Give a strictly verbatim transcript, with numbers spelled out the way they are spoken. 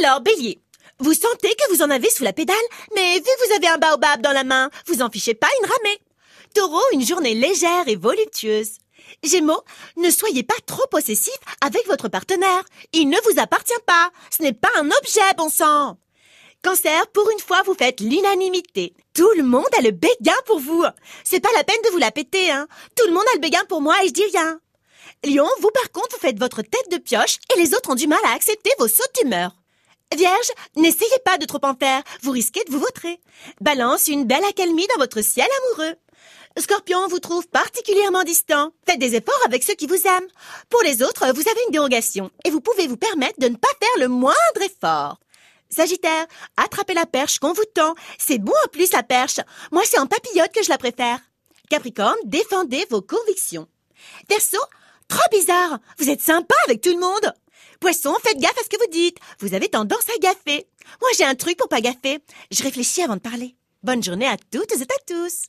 Alors, Bélier, vous sentez que vous en avez sous la pédale, mais vu que vous avez un baobab dans la main, vous en fichez pas une ramée. Taureau, une journée légère et voluptueuse. Gémeaux, ne soyez pas trop possessif avec votre partenaire. Il ne vous appartient pas. Ce n'est pas un objet, bon sang. Cancer, pour une fois, vous faites l'unanimité. Tout le monde a le béguin pour vous. C'est pas la peine de vous la péter, hein. Tout le monde a le béguin pour moi et je dis rien. Lion, vous par contre, vous faites votre tête de pioche et les autres ont du mal à accepter vos sautes d'humeur. Vierge, n'essayez pas de trop en faire, vous risquez de vous vautrer. Balance, une belle accalmie dans votre ciel amoureux. Scorpion vous trouve particulièrement distant. Faites des efforts avec ceux qui vous aiment. Pour les autres, vous avez une dérogation et vous pouvez vous permettre de ne pas faire le moindre effort. Sagittaire, attrapez la perche qu'on vous tend. C'est bon en plus la perche. Moi, c'est en papillote que je la préfère. Capricorne, défendez vos convictions. Verseau, trop bizarre. Vous êtes sympa avec tout le monde. Poisson, faites gaffe à ce que vous dites. Vous avez tendance à gaffer. Moi, j'ai un truc pour pas gaffer. Je réfléchis avant de parler. Bonne journée à toutes et à tous.